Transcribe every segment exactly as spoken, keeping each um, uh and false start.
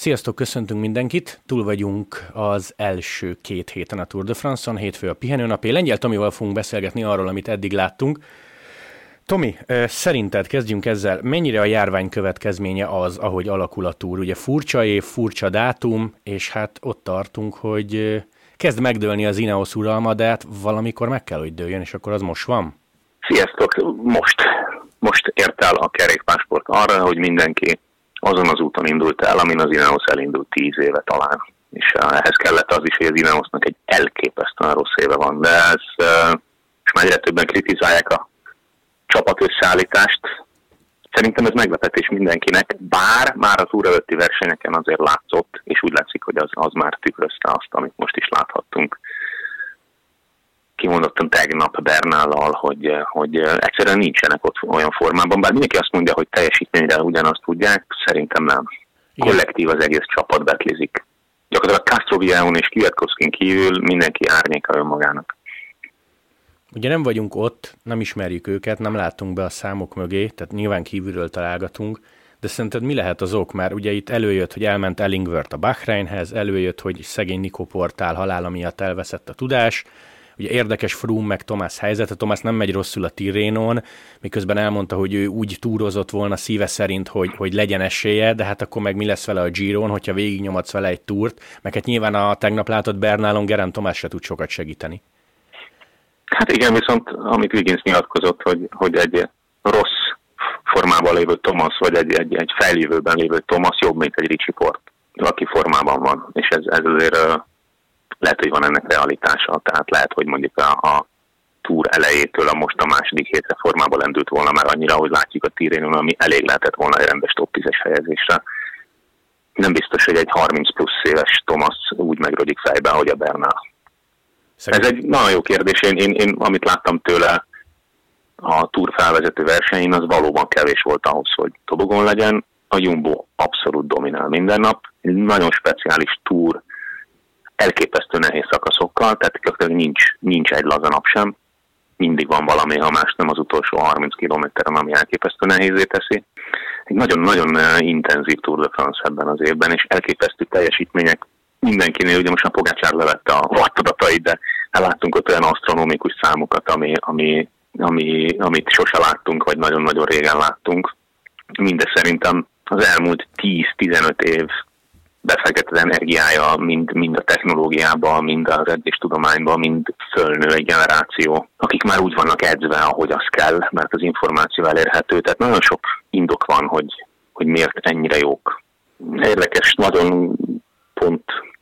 Sziasztok, köszöntünk mindenkit! Túl vagyunk az első két héten a Tour de France-on, hétfő a pihenőnapé. Lengyel Tomival fogunk beszélgetni arról, amit eddig láttunk. Tomi, szerinted kezdjünk ezzel, mennyire a járvány következménye az, ahogy alakul a Tour? Ugye furcsa év, furcsa dátum, és hát ott tartunk, hogy kezd megdőlni az Ineos uralma, de hát valamikor meg kell, hogy dőljön, és akkor az most van? Sziasztok! Most, most ért el a kerékpársport arra, hogy mindenki azon az úton indult el, amin az Ineos elindult tíz éve talán. És ehhez kellett az is, hogy az Ineosnak egy elképesztően rossz éve van. De ez, és már egyre többen kritizálják a csapat összeállítást. Szerintem ez meglepetés mindenkinek, bár már az Tour előtti versenyeken azért látszott, és úgy látszik, hogy az, az már tükrözte azt, amit most is láthattunk. Kimondottan tegnap Bernállal, hogy, hogy egyszerűen nincsenek ott olyan formában, bár mindenki azt mondja, hogy teljesítményre ugyanazt tudják, szerintem nem. Kollektív az egész csapat betlizik. Gyakorlatilag Castrovillion és Kwiatkowskin kívül mindenki árnyéka önmagának. Ugye nem vagyunk ott, nem ismerjük őket, nem látunk be a számok mögé, tehát nyilván kívülről találgatunk, de szerinted mi lehet az ok? Már ugye itt előjött, hogy elment Ellingworth a Bahreinhez, előjött, hogy szegény Nico Portál halála miatt elveszett a tudás. Ugye érdekes Froome meg Thomas helyzete, Thomas nem megy rosszul a Tirrenon, miközben elmondta, hogy ő úgy túrozott volna szíve szerint, hogy, hogy legyen esélye, de hát akkor meg mi lesz vele a Giron, hogyha végignyomadsz vele egy túrt, meg hát nyilván a tegnap látott Bernálon Geraint Thomas se tud sokat segíteni. Hát igen, viszont amit Wiggins nyilatkozott, hogy, hogy egy rossz formában lévő Thomas, vagy egy, egy, egy fejlévőben lévő Thomas jobb, mint egy Richie Porte, aki formában van, és ez, ez azért lehet, hogy van ennek realitása, tehát lehet, hogy mondjuk a, a Tour elejétől a most a második hétre formában lendült volna már annyira, hogy látjuk a Tirrenon, ami elég lehetett volna egy rendes top tízes helyezésre. Nem biztos, hogy egy harminc plusz éves Thomas úgy megrödik fejbe, ahogy a Bernal. Ez egy nagyon jó kérdés. Én, én, én amit láttam tőle a Tour felvezető versenyen, az valóban kevés volt ahhoz, hogy tobogon legyen. A Jumbo abszolút dominál minden nap. Egy nagyon speciális Tour, elképesztő nehéz szakaszokkal, tehát nincs, nincs egy laza nap sem. Mindig van valami, ha más nem az utolsó harminc kilométeren, ami elképesztő nehézé teszi. Egy nagyon-nagyon intenzív Tour de France ebben az évben, és elképesztő teljesítmények mindenkinél. Ugye most a Pogačar levette a wattadatait, de láttunk ott olyan asztronómikus számokat, ami, ami, ami, amit sose láttunk, vagy nagyon-nagyon régen láttunk. Mindez szerintem az elmúlt tíz-tizenöt év befektetett energiája, mind, mind a technológiában, mind az edzéstudományban, mind fölnő egy generáció, akik már úgy vannak edzve, ahogy az kell, mert az információ elérhető. Tehát nagyon sok indok van, hogy, hogy miért ennyire jók. Érdekes, nagyon pont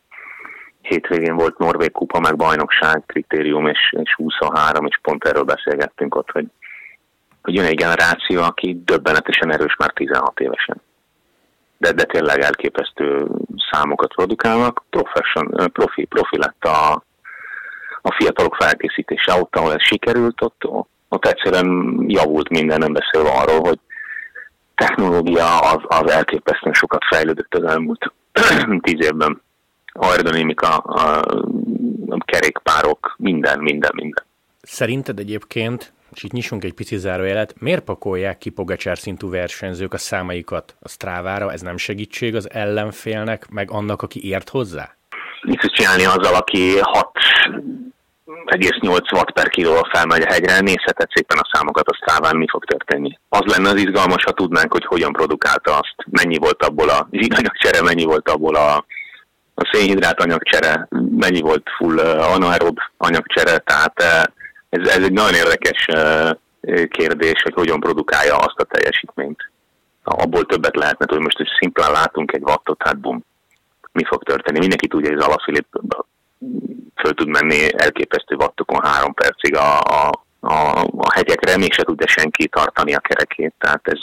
hétvégén volt Norvég kupa, meg bajnokság, kritérium és, és huszonhárom, és pont erről beszélgettünk ott, hogy, hogy jön egy generáció, aki döbbenetesen erős már tizenhat évesen. De, de tényleg elképesztő számokat produkálnak. Profession, profi, profi lett a, a fiatalok felkészítése ott, ahol ez sikerült, ott, ott egyszerűen javult minden, nem beszélve arról, hogy technológia az, az elképesztően sokat fejlődött az elmúlt tíz évben. Aerodinamika, a, a kerékpárok, minden, minden, minden. Szerinted egyébként, és itt nyissunk egy pici zárójelet, miért pakolják ki Pogačar szintű versenyzők a számaikat a Stravara? Ez nem segítség az ellenfélnek, meg annak, aki ért hozzá? Mit tudsz csinálni azzal, aki hat egész nyolc watt per kilóval felmegy a hegyre, nézheted szépen a számokat a Stráván, mi fog történni. Az lenne az izgalmas, ha tudnánk, hogy hogyan produkálta azt, mennyi volt abból a zsíranyagcsere, mennyi volt abból a a szénhidrát anyagcsere, mennyi volt full anaerob anyagcsere, tehát ez, ez egy nagyon érdekes kérdés, hogy hogyan produkálja azt a teljesítményt. Abból többet lehetne, hogy most is szimplán látunk egy wattot, hát bum, mi fog történni. Mindenki tudja, hogy az Alaphilippe föl tud menni elképesztő wattokon három percig a, a, a, a hegyekre, mégse tudja senki tartani a kerekét, tehát ez,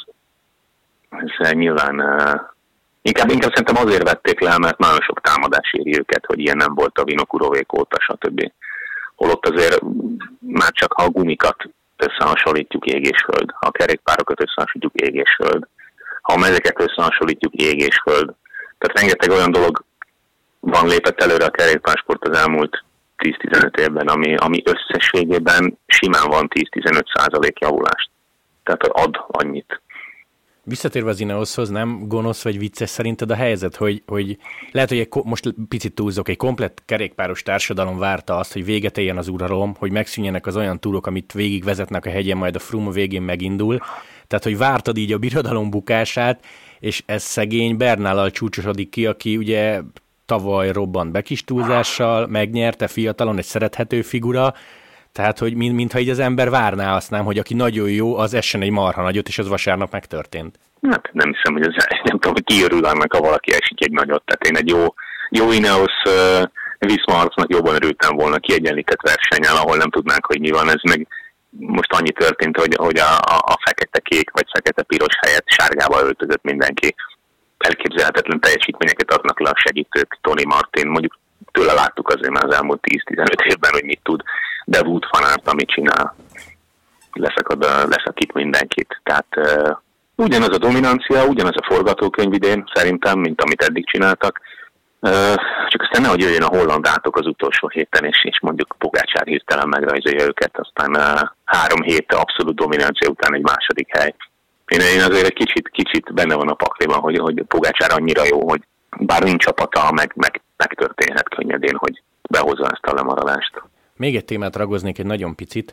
ez nyilván... Inkább, inkább szerintem azért vették le, mert nagyon sok támadás éri őket, hogy ilyen nem volt a Vinokurovék óta, stb. Holott azért már csak ha a gumikat összehasonlítjuk ég és föld, ha a kerékpárokat összehasonlítjuk ég és föld, ha a mezeket összehasonlítjuk ég és föld. Tehát rengeteg olyan dolog van lépett előre a kerékpársport az elmúlt tíz-tizenöt évben, ami, ami összességében simán van tíz-tizenöt százalék javulást. Tehát ad annyit. Visszatérve az Ineoshoz, nem gonosz vagy vicces szerinted a helyzet, hogy, hogy lehet, hogy egy, most picit túlzok, egy komplett kerékpáros társadalom várta azt, hogy véget éljen az uralom, hogy megszűnjenek az olyan túrok, amit végigvezetnek a hegyen, majd a Froome végén megindul. Tehát, hogy vártad így a birodalom bukását, és ez szegény Bernállal csúcsosodik ki, aki ugye tavaly robbant be kis túlzással, megnyerte fiatalon, egy szerethető figura, tehát, hogy mint, mintha így az ember várná azt, nem, hogy aki nagyon jó, az essen egy marha nagyot, és az vasárnap megtörtént. Hát nem hiszem, hogy ez, nem tudom, hogy ki örül annak, ha valaki esik egy nagyot. Tehát én egy jó, jó Ineos uh, Viszmarcnak jobban örültem volna kiegyenlített versenyen, ahol nem tudnánk, hogy mi van. Ez meg most annyi történt, hogy, hogy a, a, a fekete-kék vagy fekete-piros helyett sárgába öltözött mindenki. Elképzelhetetlen teljesítményeket adnak le a segítők. Tony Martin, mondjuk tőle láttuk azért már az elmúlt tíz-tizenöt évben, hogy mit tud, de Wout van Aert, amit csinál, leszakad, leszakít mindenkit. Tehát uh, ugyanaz a dominancia, ugyanaz a forgatókönyv idén szerintem, mint amit eddig csináltak, uh, csak aztán nehogy jöjjön a hollandátok az utolsó héten, és, és mondjuk Pogačar hirtelen megrajzolja őket, aztán uh, három hét abszolút dominancia után egy második hely. Én, én azért egy kicsit, kicsit benne van a pakliban, hogy, hogy Pogačar annyira jó, hogy bár nincs csapata, meg, meg, megtörténhet könnyedén, hogy behozza ezt a lemaradást. Még egy témát ragoznék egy nagyon picit.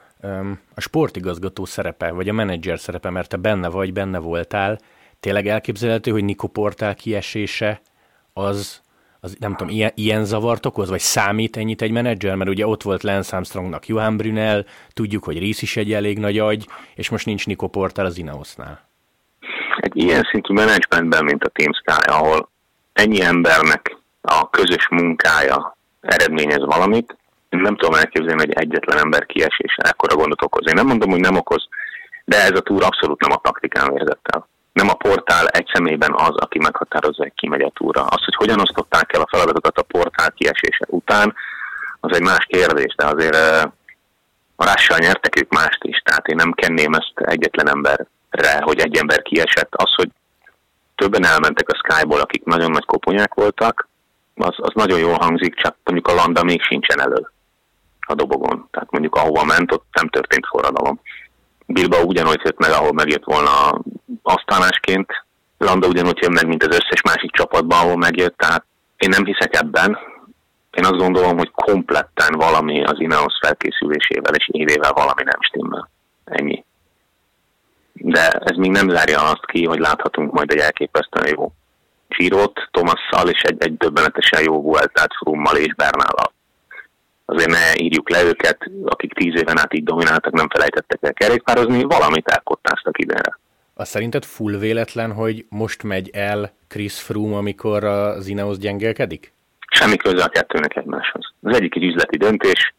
A sportigazgató szerepe, vagy a menedzser szerepe, mert te benne vagy, benne voltál. Tényleg elképzelhető, hogy Nico Portál kiesése az, az nem tudom, ilyen, ilyen zavart okoz, vagy számít ennyit egy menedzser? Mert ugye ott volt Lance Armstrongnak Johan Brunel, tudjuk, hogy Rees is egy elég nagy agy, és most nincs Nico Portál az Ineosnál. Egy ilyen szintű menedzsmentben, mint a Team Sky, ahol ennyi embernek a közös munkája eredményez valamit, nem tudom elképzelni, hogy egyetlen ember kiesése ekkora gondot okoz. Én nem mondom, hogy nem okoz, de ez a túra abszolút nem a taktikán vérzett el. Nem a Portál egy személyben az, aki meghatározza, hogy ki megy a túra. Az, hogy hogyan osztották el a feladatokat a Portál kiesése után, az egy más kérdés, de azért a Russell nyertek ők mást is, tehát én nem kenném ezt egyetlen emberre, hogy egy ember kiesett. Az, hogy többen elmentek a Skyból, akik nagyon nagy koponyák voltak, az, az nagyon jól hangzik, csak mondjuk a Landa még sincsen elő a dobogon. Tehát mondjuk ahova ment, ott nem történt forradalom. Bilbao ugyanúgy jött meg, ahol megjött volna asztánásként. Landa ugyanúgy jön meg, mint az összes másik csapatban, ahol megjött. Tehát én nem hiszek ebben. Én azt gondolom, hogy kompletten valami az Ineos felkészülésével és évével valami nem stimmel. Ennyi. De ez még nem zárja azt ki, hogy láthatunk majd egy elképesztően jó Girot, Thomasszal és egy, egy döbbenetesen jó Vueltát Froome-mal és Bernállal. Azért ne írjuk le őket, akik tíz éven át így domináltak, nem felejtettek el kerékpározni, valamit elkottáztak idénre. Azt szerinted full véletlen, hogy most megy el Chris Froome, amikor az Ineos gyengélkedik? Semmi köze a kettőnek egymáshoz. Az egyik egy üzleti döntés,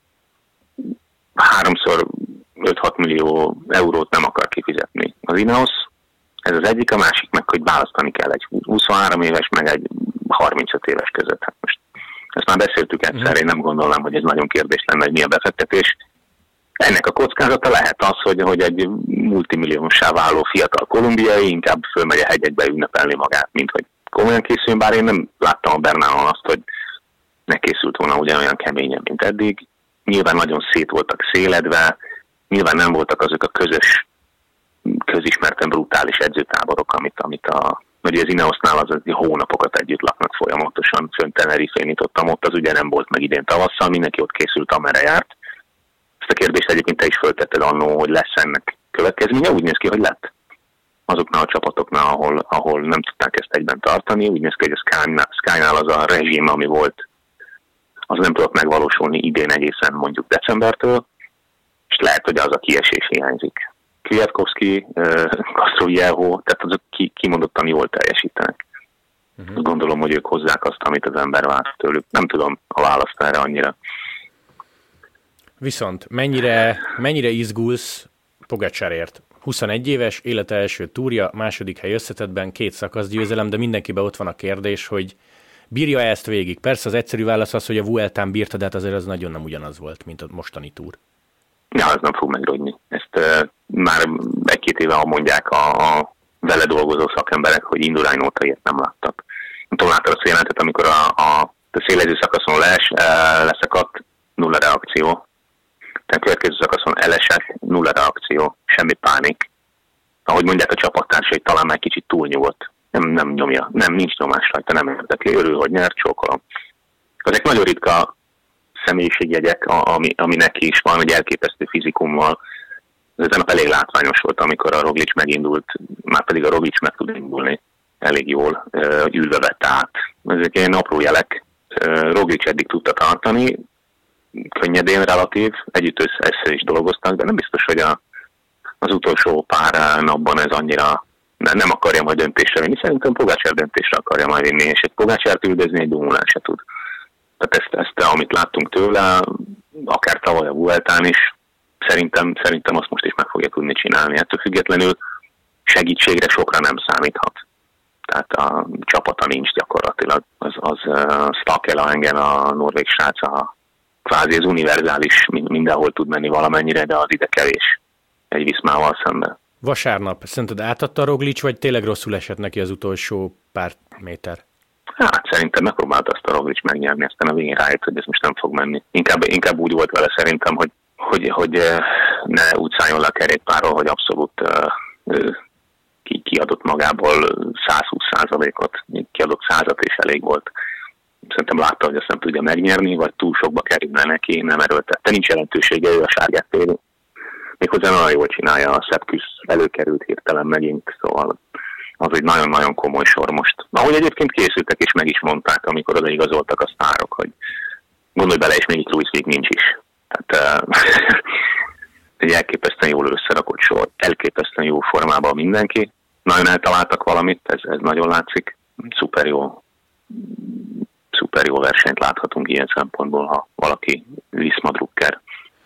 háromszor öt-hat millió eurót nem akar kifizetni az Ineos. Ez az egyik, a másik meg, hogy választani kell egy huszonhárom éves, meg egy harmincöt éves között. Hát most ezt már beszéltük egyszer, én nem gondolom, hogy ez nagyon kérdés lenne, hogy mi a befektetés. Ennek a kockázata lehet az, hogy, hogy egy multimilliósá váló fiatal kolumbiai inkább fölmegy a hegyekbe ünnepelni magát, mint hogy komolyan készüljön, bár én nem láttam a Bernálon azt, hogy ne készült volna ugyanolyan keményen, mint eddig. Nyilván nagyon szét voltak széledve, nyilván nem voltak azok a közös, közismerten brutális edzőtáborok, amit, amit a, ugye az Ineosnál az, az hónapokat együtt laknak folyamatosan, fönt Tenerife-n nyitottam, ott az ugye nem volt meg idén tavasszal, mindenki ott készült, amerre járt. Ezt a kérdést egyébként te is föltetted annó, hogy lesz ennek következménye, úgy néz ki, hogy lett. Azoknál a csapatoknál, ahol, ahol nem tudták ezt egyben tartani, úgy néz ki, hogy a Sky-nál, Sky-nál az a rezsim, ami volt, az nem tudott megvalósulni idén egészen mondjuk decembertől, és lehet, hogy az a kiesés hiányzik. Kwiatkowski, Castroviejo, tehát azok ki, kimondottan jól teljesítenek. Uh-huh. Gondolom, hogy ők hozzák azt, amit az ember vár tőlük. Nem tudom a választ erre annyira. Viszont mennyire, mennyire izgulsz Pogačarért? huszonegy éves, élete első túrja, második hely összetettben, két szakaszgyőzelem, de mindenkiben ott van a kérdés, hogy bírja ezt végig? Persze az egyszerű válasz az, hogy a Vueltán bírta, de hát azért az nagyon nem ugyanaz volt, mint a mostani túr. Ja, az nem fog megrogyni. Ezt uh, már egy-két éve mondják a, a vele dolgozó szakemberek, hogy indulány óta ilyet nem láttak. Nem tudom, láttad azt a jelentet, amikor a, a, a szélező szakaszon les, uh, leszakadt, nulla reakció. Tehát a következő szakaszon elesett, nulla reakció, semmi pánik. ahogy mondják a csapattársai, talán már kicsit túlnyugodt. Nem, nem nyomja, nem, nincs nyomás rajta, nem érdekli, örül, hogy nyert, csókolom. Ezek nagyon ritka személyiségjegyek, ami, ami neki is van, egy elképesztő fizikummal. Ez nap elég látványos volt, amikor a Roglic megindult, már pedig a Roglic meg tud indulni elég jól, ülve vette át. Ezek ilyen apró jelek. Roglic eddig tudta tartani, könnyedén relatív, együtt össze is dolgoztak, de nem biztos, hogy a, az utolsó pár napban ez annyira nem akarja majd döntésre vinni. Szerintem Pogačar döntésre akarja majd vinni, és egy Pogačart üldözni egy Dumoulin se tud. Tehát ezt, ezt, amit láttunk tőle, akár tavaly a Vueltán is, szerintem, szerintem azt most is meg fogja tudni csinálni. Ettől függetlenül segítségre sokra nem számíthat. Tehát a csapata nincs gyakorlatilag. Az, az uh, Stakela-Engen, a norvég srác, a kvázi az univerzális, mindenhol tud menni valamennyire, de az ide kevés egy Viszmával szemben. Vasárnap szerinted átadta a Roglic, vagy tényleg rosszul esett neki az utolsó pár méter? Hát szerintem megpróbálta azt a Roglic megnyerni, aztán a végén rájött, hogy ez most nem fog menni. Inkább, inkább úgy volt vele szerintem, hogy, hogy, hogy ne úgy szálljon le a kerékpárról, hogy abszolút uh, ki, kiadott magából száz húsz százalékot, kiadott százat és elég volt. Szerintem látta, hogy azt nem tudja megnyerni, vagy túl sokba kerülne neki, nem erőltette. Nincs jelentősége, ő a sárgát téri. Méghozzá nagyon jól csinálja, a Sepp Kuss előkerült hirtelen megint, szóval az egy nagyon-nagyon komoly sor most. Ahogy egyébként készültek és meg is mondták, amikor odaigazoltak a sztárok, hogy gondolj bele, és még itt Louis League nincs is. Tehát egy elképesztően jól összerakott sor, elképesztően jó formában mindenki. Nagyon eltaláltak valamit, ez, ez nagyon látszik. Szuper jó, szuper jó versenyt láthatunk ilyen szempontból, ha valaki Visma drukker.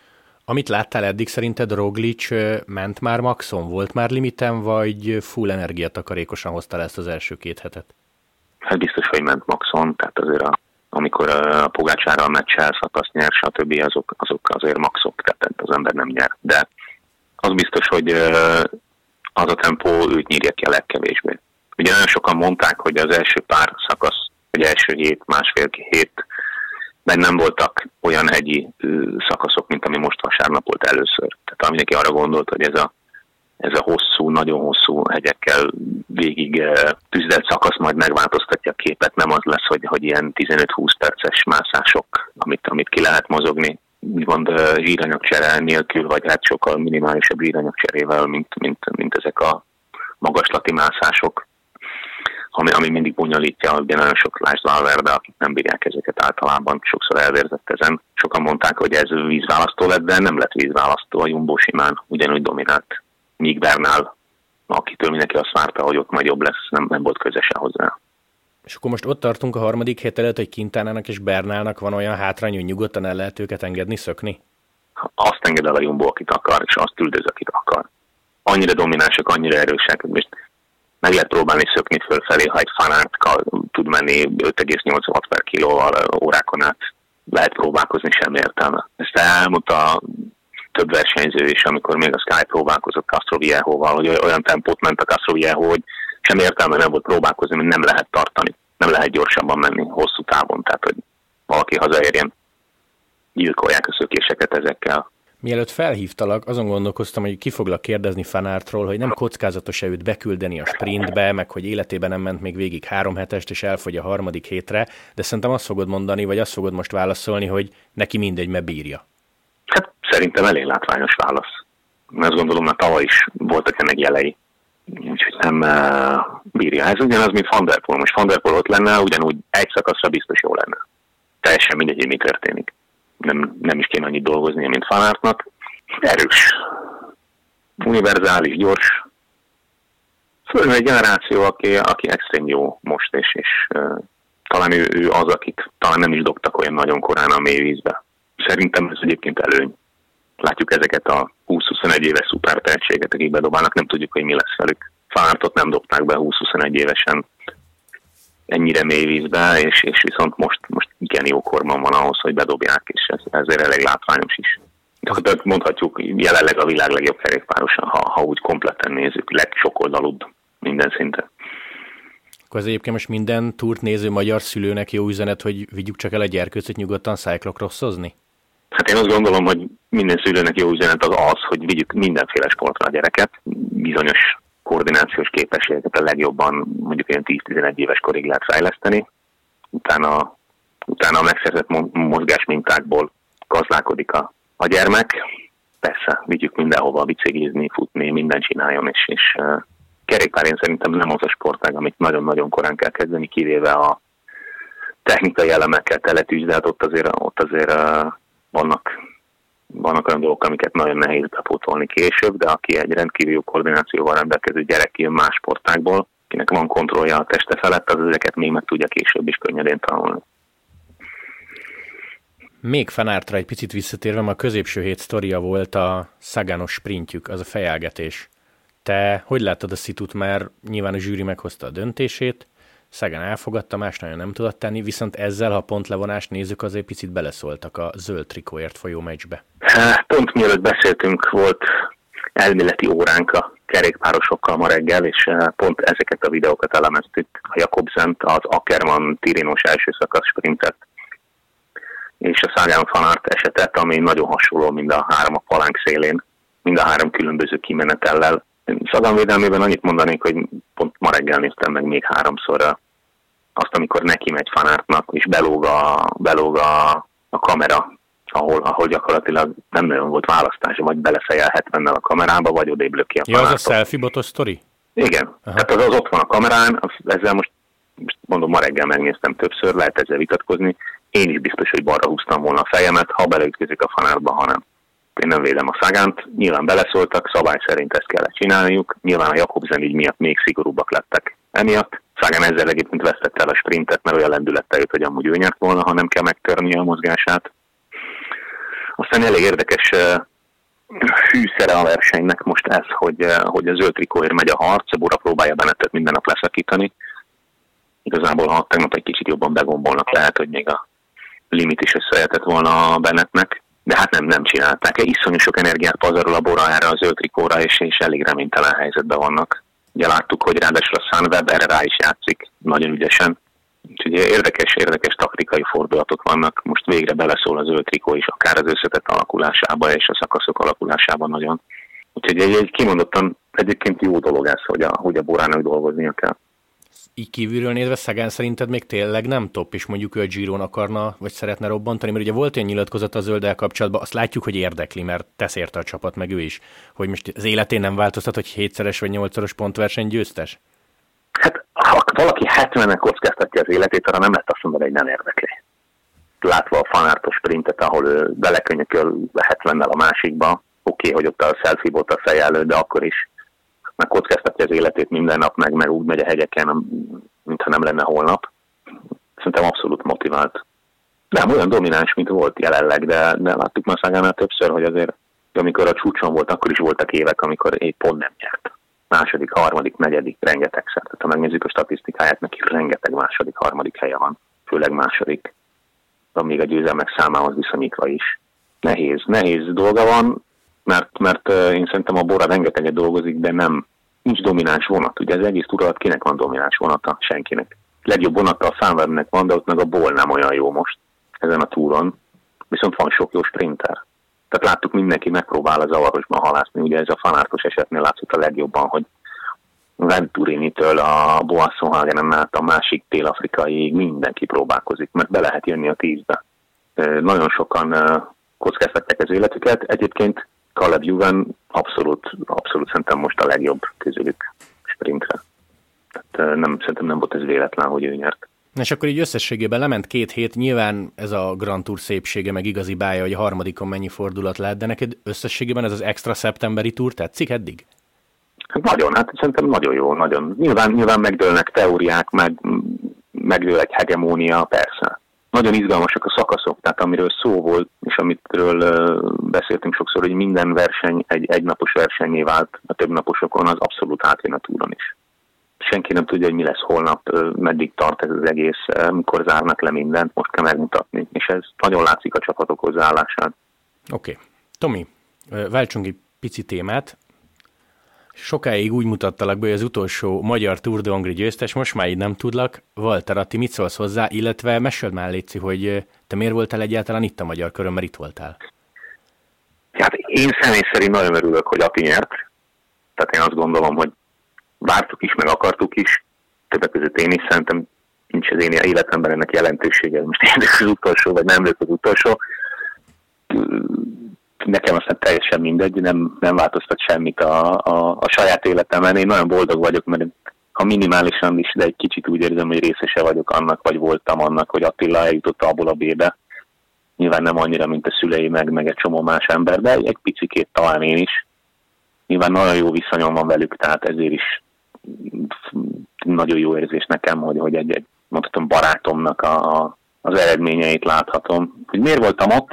Amit láttál eddig, szerinted Roglic ment már maxon? Volt már limiten, vagy full energiatakarékosan hoztál ezt az első két hetet? Hát biztos, hogy ment maxon, tehát azért a, amikor a Pogačarral meccsel, szakaszt nyer, stb. Azok, azok azért maxok, tehát az ember nem nyer. De az biztos, hogy az a tempó őt nyírja ki a legkevésbé. Ugye nagyon sokan mondták, hogy az első pár szakasz, vagy első hét, másfél hét, mert nem voltak olyan hegyi szakaszok, mint ami most vasárnap volt először. Tehát mindenki arra gondolt, hogy ez a, ez a hosszú, nagyon hosszú hegyekkel végig tüzdelt szakasz majd megváltoztatja a képet, nem az lesz, hogy, hogy ilyen tizenöt-húsz perces mászások, amit, amit ki lehet mozogni, úgymond zsíranyagcsere nélkül, vagy hát sokkal minimálisabb zsíranyagcserével, mint, mint, mint ezek a magaslati mászások. Ami, ami mindig bonyolítja, ugye nagyon sok lásd Valverde, akik nem bírják ezeket általában, sokszor elvérzett ezen. Sokan mondták, hogy ez vízválasztó lett, de nem lett vízválasztó, a Jumbo simán ugyanúgy dominált. Míg Bernal, akitől mindenki azt várta, hogy ott majd jobb lesz, nem, nem volt közese hozzá. És akkor most ott tartunk a harmadik hét előtt, hogy Quintánának és Bernalnak van olyan hátrány, hogy nyugodtan el lehet őket engedni, szökni? Azt enged el a Jumbo, akit akar, és azt üldöz, akit akar. Annyira dominánsak, annyira erősek, most meg lehet próbálni szökni fölfelé, ha egy Van Aert tud menni öt egész nyolcvanhat per kilóval órákon át, lehet próbálkozni, sem értelme. Ezt elmondta több versenyző is, amikor még a Sky próbálkozott Castroviejoval, hogy olyan tempót ment a Castroviejo, hogy sem értelme nem volt próbálkozni, mert nem lehet tartani, nem lehet gyorsabban menni hosszú távon, tehát hogy valaki hazaérjen, gyilkolják a szökéseket ezekkel. Mielőtt felhívtalak, azon gondolkoztam, hogy ki foglak kérdezni Van Aertról, hogy nem kockázatos-e őt beküldeni a sprintbe, meg hogy életében nem ment még végig három hetest, és elfogy a harmadik hétre, de szerintem azt fogod mondani, vagy azt fogod most válaszolni, hogy neki mindegy, mert bírja. Hát szerintem elég látványos válasz. Azt gondolom, mert tavaly is voltak ennek jelei. Úgyhogy nem uh, bírja. Ez ugyanaz, mint Van der Poel. Most Van der Poel ott lenne, ugyanúgy egy szakaszra biztos jó lenne. Teljesen mindegy, hogy mi történik. Nem, nem is kéne annyit dolgozni, mint Van Aertnak. Erős, univerzális, gyors. Főleg egy generáció, aki, aki extrém jó most, és, és uh, talán ő, ő az, akik talán nem is dobtak olyan nagyon korán a mély vízbe. Szerintem ez egyébként előny. Látjuk ezeket a húsz-huszonegy éves szupertehetséget, akik bedobálnak, nem tudjuk, hogy mi lesz velük. Van Aertot nem dobták be húsz-huszonegy évesen ennyire mély vízbe, és, és viszont most, most igen jó korban van ahhoz, hogy bedobják, és ez, ezért elég látványos is. De mondhatjuk, jelenleg a világ legjobb kerékpárosa, ha, ha úgy kompletten nézzük, legsokoldalúbb minden szinten. Akkor az egyébként most minden túrt néző magyar szülőnek jó üzenet, hogy vigyük csak el a gyerkőcöt nyugodtan cyclocrossozni? Hát én azt gondolom, hogy minden szülőnek jó üzenet az az, hogy vigyük mindenféle sportra a gyereket, bizonyos koordinációs képességeket a legjobban mondjuk ilyen tíz-tizenegy éves korig lehet fejleszteni. Utána, utána a megszerzett mozgás mintákból gazdálkodik a, a gyermek. Persze, vigyük mindenhova biciklizni, futni, mindent csináljon, és, és uh, kerékpár én szerintem nem az a sportág, amit nagyon-nagyon korán kell kezdeni, kivéve a technikai elemekkel teletűz, de hát ott azért, ott azért uh, vannak, vannak olyan dolgok, amiket nagyon nehéz bepótolni később, de aki egy rendkívül jó koordinációval rendelkező gyerek kijön más sportákból, akinek van kontrollja a teste felett, az ezeket még meg tudja később is könnyedén tanulni. Még Fanártra egy picit visszatérve, a középső hét sztoria volt a Saganos sprintjük, az a fejelgetés. Te hogy láttad a szitut, mert nyilván a zsűri meghozta a döntését, Sagan elfogadta, más nagyon nem tudott tenni, viszont ezzel, ha pontlevonást nézzük, azért picit beleszóltak a zöld trikóért folyó meccsbe. Pont mielőtt beszéltünk, volt elméleti óránk a kerékpárosokkal ma reggel, és pont ezeket a videókat elemeztük, a Jakobsent, az Ackermann-Tirinos első szakasz sprintet, és a Sagan Van Aert esetet, ami nagyon hasonló mind a három a palánk szélén, mind a három különböző kimenetellel. Sagan védelmében annyit mondanék, hogy pont ma reggel néztem meg még háromszor azt, amikor neki megy Van Aertnak, és belóg a, belóg a, a kamera, ahol, ahol gyakorlatilag nem nagyon volt választása, vagy belefejel hetvennel a kamerába, vagy odébb lök ki a Ja, az a selfie botos sztori? Igen, aha. Tehát az, az ott van a kamerán, ezzel most, most mondom, ma reggel megnéztem többször, lehet ezzel vitatkozni. Én is biztos, hogy balra húztam volna a fejemet, ha beleütközik a Van Aertba, hanem én nem védem a Sagant. Nyilván beleszóltak, szabály szerint ezt kellett csinálniuk. Nyilván a Jakobsen így miatt még szigorúbbak lettek emiatt. Sagan ezzel egyébként vesztette el a sprintet, mert olyan lendülettel jött, hogy amúgy ő nyert volna, ha nem kell megtörni a mozgását. Aztán elég érdekes uh, hűszere a versenynek most ez, hogy, uh, hogy a zöld trikóért megy a harc, a Bora próbálja Bennettet minden nap leszakítani. Igazából, ha tegnap egy kicsit jobban begombolnak, lehet, hogy még a limit is összejöhetett volna a Bennettnek, de hát nem, nem csinálták. Iszonyú sok energiát pazarol a Bora erre a zöld trikóra, és, és elég reménytelen helyzetben vannak. Ugye láttuk, hogy ráadásul a Sunweb erre rá is játszik nagyon ügyesen. Úgyhogy érdekes, érdekes taktikai fordulatok vannak. Most végre beleszól a zöld trikó is, akár az összetett alakulásába és a szakaszok alakulásában nagyon. Úgyhogy egy, egy kimondottan egyébként jó dolog ez, hogy a, hogy a Borának dolgoznia kell. Így kívülről nézve Sagan szerinted még tényleg nem top, és mondjuk ő a Giron akarna, vagy szeretne robbantani, mert ugye volt olyan nyilatkozat a zölddel kapcsolatban, azt látjuk, hogy érdekli, mert tesz érte a csapat, meg ő is, hogy most az életén nem változtat, hogy hétszeres vagy nyolcszoros pontverseny győztes? Hát, ha valaki hetvennek kockáztatja az életét, arra nem lehet azt mondani, hogy nem érdekli. Látva a Van Aertos sprintet, ahol ő belekönyököl hetvennel a másikba, oké, okay, hogy ott a selfie volt a fej előtt, de akkor is meg kockáztatja az életét minden nap, meg, meg úgy megy a hegyeken, mintha nem lenne holnap. Szerintem abszolút motivált. Nem olyan domináns, mint volt jelenleg, de, de láttuk már Sagannál többször, hogy azért, amikor a csúcson volt, akkor is voltak évek, amikor épp pont nem nyert. Második, harmadik, negyedik, rengetegszer. Tehát ha megnézzük a statisztikáját, neki rengeteg második, harmadik helye van. Főleg második. De még a győzelmek számához viszonyítva is. Nehéz, nehéz dolga van, mert, mert én szerintem a Bora rengeteget dolgozik, de nem, nincs domináns vonat. Ugye az egész túra alatt kinek van domináns vonata? Senkinek. Legjobb vonata a Sunwebnek van, de ott meg a Bol nem olyan jó most ezen a túron. Viszont van sok jó sprinter. Tehát láttuk, mindenki megpróbál a zavarosban halászni. Ugye ez a Van Aertos esetnél látszott a legjobban, hogy Venturini-től a Boasson-Hagenen át a másik dél-afrikaiig mindenki próbálkozik, mert be lehet jönni a tízbe. Nagyon sokan kockáztatják az életüket. Egyébként Caleb Ewan abszolút, abszolút szerintem most a legjobb közülük sprintre. Tehát nem, szerintem nem volt ez véletlen, hogy ő nyert. És akkor így összességében lement két hét, nyilván ez a Grand Tour szépsége, meg igazi bája, hogy a harmadikon mennyi fordulat lehet, de neked összességében ez az extra szeptemberi túr tetszik eddig? Hát nagyon, hát szerintem nagyon jó, nagyon. Nyilván, nyilván megdőlnek teóriák, meg, megdől egy hegemónia, persze. Nagyon izgalmasak a szakaszok, tehát amiről szó volt, és amitről uh, beszéltünk sokszor, hogy minden verseny egy egynapos versenyé vált a többnaposokon, az abszolút átjön a túron is. Senki nem tudja, hogy mi lesz holnap, uh, meddig tart ez az egész, uh, mikor zárnak le mindent, most kell megmutatni, és ez nagyon látszik a csapatok hozzáállásán. Oké. Okay. Tomi, váltsunk egy pici témát. Sokáig úgy mutattalak be, hogy az utolsó magyar Tour de Hongrie győztes, most már így nem tudlak. Walter Atti, mit szólsz hozzá, illetve meséld már, Léci, hogy te miért voltál egyáltalán itt a magyar körön, mert itt voltál? Hát én személy szerint nagyon örülök, hogy Atti nyert. Tehát én azt gondolom, hogy vártuk is, meg akartuk is, többek között én is, szerintem nincs az én életemben ennek jelentősége, most én az utolsó, vagy nem lőtt az utolsó. Nekem aztán teljesen mindegy, nem, nem változtat semmit a, a, a saját életemben. Én nagyon boldog vagyok, mert ha minimálisan is, de egy kicsit úgy érzem, hogy részese vagyok annak, vagy voltam annak, hogy Attila eljutott abból a B-be. Nyilván nem annyira, mint a szülei, meg, meg egy csomó más ember, de egy picikét talán én is. Nyilván nagyon jó viszonyom van velük, tehát ezért is nagyon jó érzés nekem, hogy, hogy egy, egy mondhatom barátomnak a, a, az eredményeit láthatom. Hogy miért voltam ott?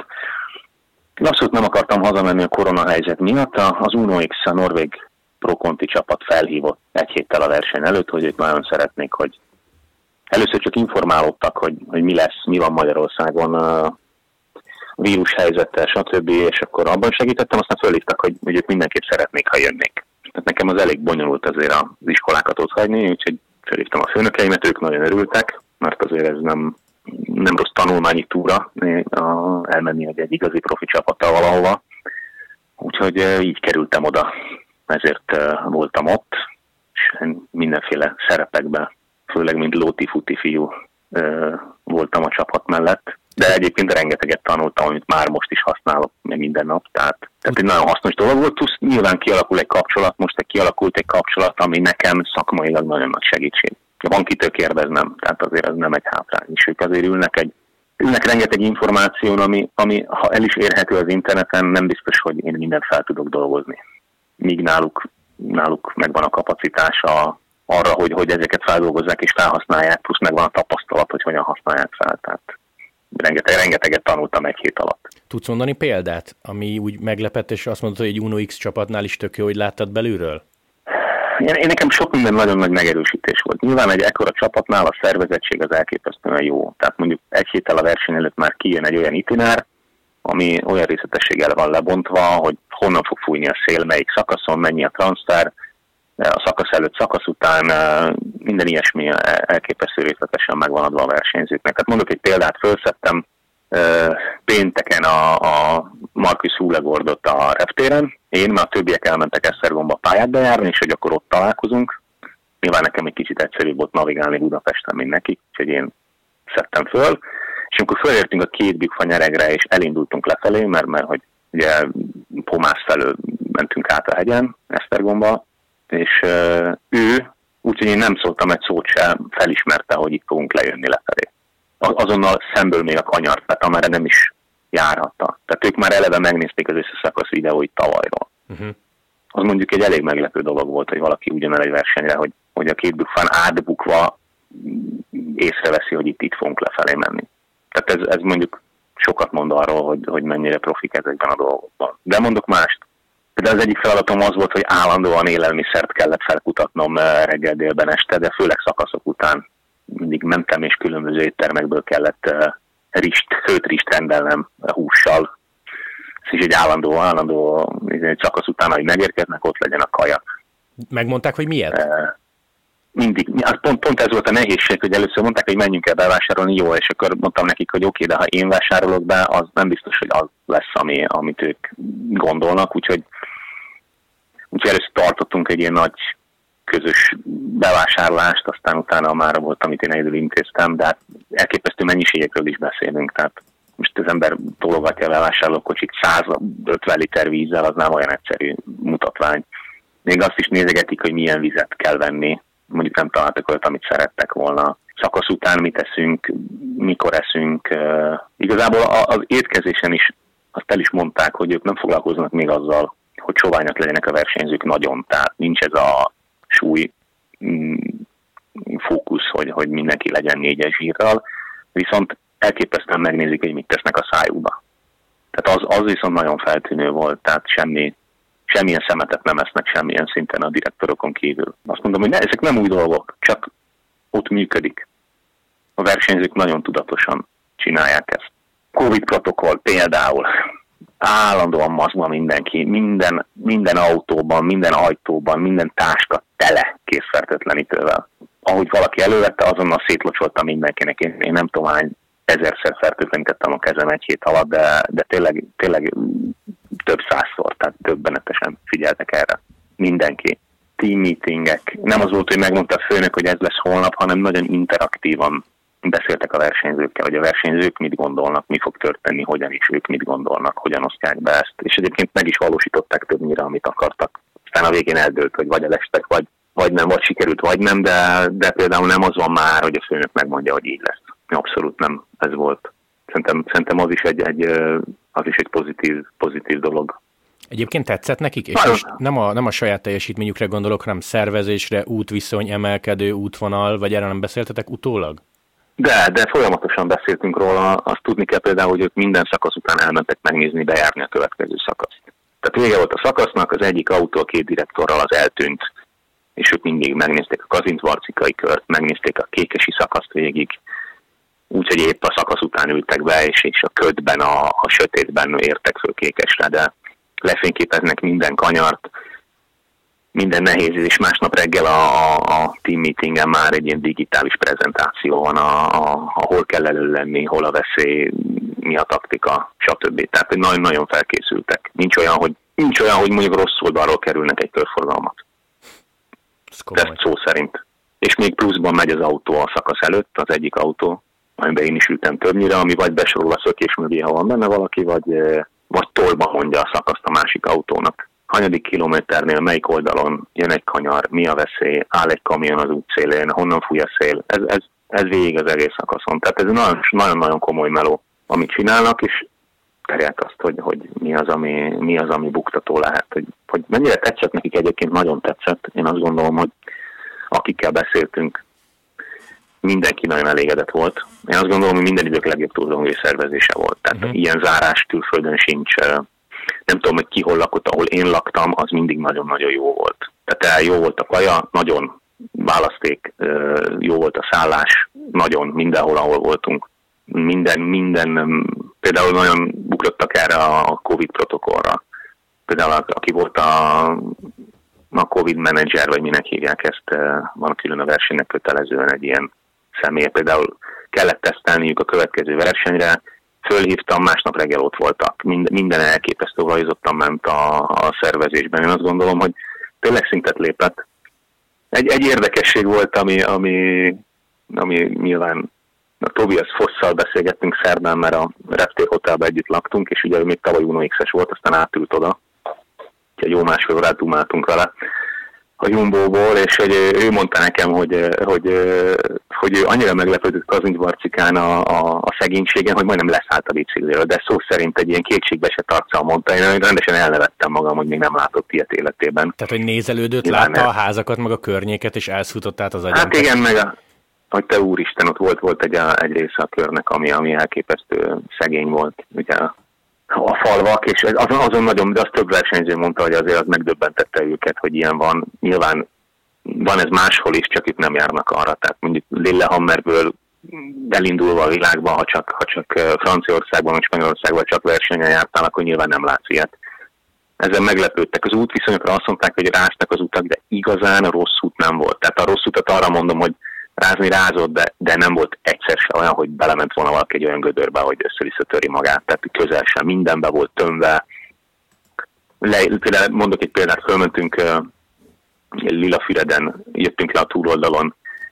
Én abszolút nem akartam hazamenni a koronahelyzet miatt. Az Uno X, a norvég pro-konti csapat felhívott egy héttel a verseny előtt, hogy ők nagyon szeretnék, hogy először csak informálódtak, hogy, hogy mi lesz, mi van Magyarországon a vírushelyzettel, stb. És akkor abban segítettem, aztán fölhívtak, hogy, hogy ők mindenképp szeretnék, ha jönnék. Tehát nekem az elég bonyolult azért az iskolákat ott hagyni, úgyhogy felhívtam a főnökeimet, ők nagyon örültek, mert azért ez nem, nem rossz tanulmányi túra elmenni egy, egy igazi profi csapattal valahova. Úgyhogy így kerültem oda, ezért voltam ott, és mindenféle szerepekben, főleg mint lóti-futi fiú voltam a csapat mellett. De egyébként rengeteget tanultam, amit már most is használok minden nap, tehát, tehát egy nagyon hasznos dolog volt, plusz nyilván kialakul egy kapcsolat, most egy kialakult egy kapcsolat, ami nekem szakmailag nagyon nagy segítség. Van kitől kérdeznem, tehát azért ez nem egy hátrány, és ők azért ülnek egy ülnek rengeteg információn, ami, ami ha el is érhető az interneten, nem biztos, hogy én mindent fel tudok dolgozni. Míg náluk, náluk megvan a kapacitása arra, hogy, hogy ezeket feldolgozzák és felhasználják, plusz megvan a tapasztalat, hogy hogyan használják fel, tehát Rengeteg, rengeteget tanultam egy hét alatt. Tudsz mondani példát, ami úgy meglepett, és azt mondod, hogy egy Uno X csapatnál is tök jó, hogy láttad belülről? Én, én nekem sok minden nagyon nagy megerősítés volt. Nyilván egy ekkora csapatnál a szervezettség az elképesztően jó. Tehát mondjuk egy héttel a verseny előtt már kijön egy olyan itinár, ami olyan részletességgel van lebontva, hogy honnan fog fújni a szél, melyik szakaszon, mennyi a transfer, a szakasz előtt, szakasz után, minden ilyesmi elképesztő részletesen megvan adva a versenyzőknek. Tehát mondok egy példát, felszettem pénteken a, a Markus Hulegordot a reptéren, én, mert a többiek elmentek Esztergomba pályát bejárni, és hogy akkor ott találkozunk. Nyilván nekem egy kicsit egyszerűbb ott navigálni Budapesten, mint nekik, úgyhogy én szedtem föl. És amikor fölértünk a két bükfa nyeregre, és elindultunk lefelé, mert, mert hogy ugye Pomász felől mentünk át a hegyen, Esztergomba, és uh, ő, úgyhogy én nem szóltam egy szót se, felismerte, hogy itt fogunk lejönni lefelé. Azonnal szemből még a kanyart vett, amerre nem is járhatta. Tehát ők már eleve megnézték az összeszakasz videóit tavalyról. Uh-huh. Az mondjuk egy elég meglepő dolog volt, hogy valaki ugyanel egy versenyre, hogy, hogy a két bükfán átbukva észreveszi, hogy itt, itt fogunk lefelé menni. Tehát ez, ez mondjuk sokat mond arról, hogy, hogy mennyire profik ezekben a dolgokban. De mondok mást. De az egyik feladatom az volt, hogy állandóan élelmiszert kellett felkutatnom reggel, délben, este, de főleg szakaszok után mindig mentem, és különböző éttermekből kellett rist, főt rist rendelnem hússal. Ez is egy állandó, állandó egy szakasz után, hogy megérkeznek, ott legyen a kaja. Megmondták, hogy miért? Mindig. Pont, pont ez volt a nehézség, hogy először mondták, hogy menjünk el bevásárolni, jó, és akkor mondtam nekik, hogy oké, okay, de ha én vásárolok be, az nem biztos, hogy az lesz, ami, amit ők gondolnak, úgyhogy, úgyhogy először tartottunk egy ilyen nagy közös bevásárlást, aztán utána már volt, amit én egyedül intéztem, de hát elképesztő mennyiségekről is beszélünk, tehát most az ember tologatja a bevásárlókocsik száz ötven liter vízzel, az nem olyan egyszerű mutatvány. Még azt is nézegetik, hogy milyen vizet kell venni, mondjuk nem találtak olyat, amit szerettek volna. Szakasz után mit eszünk, mikor eszünk. Uh, igazából az étkezésen is azt el is mondták, hogy ők nem foglalkoznak még azzal, hogy soványak legyenek a versenyzők nagyon. Tehát nincs ez a súly mm, fókusz, hogy, hogy mindenki legyen négyes zsírral, viszont elképesztően megnézik, hogy mit tesznek a szájukba. Tehát az, az viszont nagyon feltűnő volt, tehát semmi Semmilyen szemetet nem esznek semmilyen szinten a direktorokon kívül. Azt mondom, hogy ne, ezek nem új dolgok, csak ott működik. A versenyzők nagyon tudatosan csinálják ezt. Covid protokoll például. Állandóan maszkban mindenki, minden, minden autóban, minden ajtóban, minden táska tele készfertőtlenítővel. Ahogy valaki elővette, azonnal szétlocsolta mindenkinek. Én, én nem tudom, hány ezerszer fertőtlenítettem a kezem egy hét alatt, de, de tényleg, tényleg több százszor, tehát többenetesen figyeltek erre. Mindenki. team meetingek. Nem az volt, hogy megmondta a főnök, hogy ez lesz holnap, hanem nagyon interaktívan beszéltek a versenyzőkkel, hogy a versenyzők mit gondolnak, mi fog történni, hogyan is ők mit gondolnak, hogyan osztják be ezt. És egyébként meg is valósították többnyire, amit akartak. Aztán a végén eldőlt, hogy vagy elestek, vagy, vagy nem, vagy sikerült, vagy nem, de, de például nem az van már, hogy a főnök megmondja, hogy így lesz. Abszolút nem ez volt. Szerintem, szerintem az is egy, egy, az is egy pozitív, pozitív dolog. Egyébként tetszett nekik? És most nem a, nem a saját teljesítményükre gondolok, hanem szervezésre, útviszony, emelkedő útvonal, vagy erre nem beszéltetek utólag? De, de folyamatosan beszéltünk róla. Azt tudni kell például, hogy ők minden szakasz után elmentek megnézni, bejárni a következő szakaszt. Tehát vége volt a szakasznak, az egyik autó a két direktorral az eltűnt, és ők mindig megnézték a Kazincbarcikai kört, megnézték a kékesi szakaszt végig, úgyhogy épp a szakasz után ültek be, és, és a ködben, a, a sötétben értek föl Kékesre, de lefényképeznek minden kanyart, minden nehéz, és másnap reggel a, a, a team meetingen már egy ilyen digitális prezentáció van, a, a, ahol kell elő lenni, hol a veszély, mi a taktika, stb. Tehát, hogy nagyon-nagyon felkészültek. Nincs olyan, hogy, nincs olyan, hogy mondjuk rossz oldalról kerülnek egy körforgalmat. Ez szó szerint. És még pluszban megy az autó a szakasz előtt, az egyik autó, amiben én is ültem többnyire, ami vagy besorol a szökés mögé, ha van benne valaki, vagy, vagy tolba mondja a szakaszt a másik autónak. Hanyadik kilométernél, melyik oldalon jön egy kanyar, mi a veszély, áll egy kamion az útszélén, honnan fúj a szél. Ez, ez, ez végig az egész szakaszon. Tehát ez nagyon-nagyon komoly meló, amit csinálnak, és terjelt azt, hogy, hogy mi, az, ami, mi az, ami buktató lehet. Hogy, hogy mennyire tetszett nekik, egyébként nagyon tetszett. Én azt gondolom, hogy akikkel beszéltünk, mindenki nagyon elégedett volt. Én azt gondolom, hogy minden idők legjobb túlzongói szervezése volt. Tehát uh-huh. ilyen zárás külföldön sincs. Nem tudom, hogy ki hol lakott, ahol én laktam, az mindig nagyon-nagyon jó volt. Tehát jó volt a kaja, nagyon választék, jó volt a szállás, nagyon mindenhol, ahol voltunk. Minden, minden, például nagyon buklottak erre a Covid protokollra. Például aki volt a, a Covid menedzser, vagy minek hívják ezt, van külön a versenynek kötelezően egy ilyen személy. Például kellett tesztelniük a következő versenyre, fölhívtam, másnap reggel ott voltak. Mind, minden elképesztő rajzottan ment a, a szervezésben. Én azt gondolom, hogy tényleg szintet lépett. Egy, egy érdekesség volt, ami, ami, ami nyilván a Tobias Fosszal beszélgettünk szerdán, mert a Reptér Hotelben együtt laktunk, és ugye ő még tavaly Uno X-es volt, aztán átült oda. Úgyhogy jó másfél órát dumáltunk vele a Jumbóból, és hogy ő mondta nekem, hogy, hogy, hogy ő annyira meglepődött Kazincbarcikán a, a, a szegénységen, hogy majdnem leszállt a bicikliről, de szó szerint egy ilyen kétségbeesett arccal mondta. Én rendesen elnevettem magam, hogy még nem látott ilyet életében. Tehát, hogy nézelődött, látta a házakat, meg a környéket, és elszutott át az agyam. Hát igen, meg a, hogy te úristen, ott volt, volt egy, egy része a körnek, ami, ami elképesztő szegény volt, ugye a falvak, és azon, azon nagyon, de az több versenyző mondta, hogy azért az megdöbbentette őket, hogy ilyen van. Nyilván van ez máshol is, csak itt nem járnak arra. Tehát mondjuk Lillehammerből elindulva a világban, ha csak, ha csak Franciaországban vagy Spanyolországban csak versenyen jártál, akkor nyilván nem látsz ilyet. Ezzel meglepődtek. Az útviszonyokra azt mondták, hogy ráztak az utak, de igazán a rossz út nem volt. Tehát a rossz utat arra mondom, hogy rázni rázott, de, de nem volt egyszer se olyan, hogy belement volna valaki egy olyan gödörbe, hogy össze-visszatöri magát. Tehát közel sem, mindenbe volt tömve. Le, például mondok egy példát, fölmentünk uh, Lilafüreden, jöttünk le a túloldalon,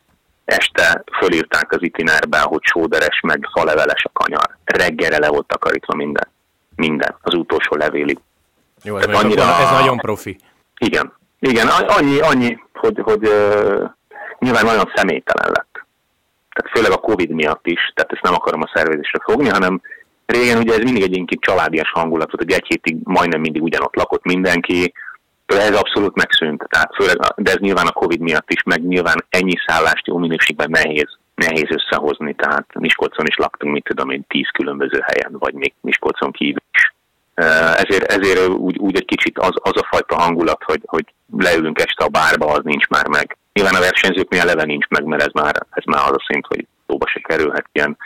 este fölírták az itinerbe, hogy sóderes, meg faleveles a kanyar. Reggelre le volt takarítva minden. Minden. Az utolsó levélig. Jó, ez, annyira, ez nagyon profi. Igen. Igen, annyi, annyi hogy, hogy uh, nyilván nagyon személytelen lett. Tehát főleg a Covid miatt is, tehát ezt nem akarom a szervezésre fogni, hanem régen ugye ez mindig egy ilyen családias hangulat volt, hogy egy hétig majdnem mindig ugyanott lakott mindenki, ez abszolút megszűnt, tehát főleg, de ez nyilván a Covid miatt is, meg nyilván ennyi szállást jó minőségben nehéz, nehéz összehozni, tehát Miskolcon is laktunk, mit tudom én, tíz különböző helyen, vagy még Miskolcon kívül is. Ezért, ezért úgy, úgy egy kicsit az, az a fajta hangulat, hogy, hogy leülünk este a bárba, az nincs már meg. Nyilván a versenyzőknél eleve nincs meg, mert ez már, ez már az a szint, hogy szóba se kerülhet ilyen.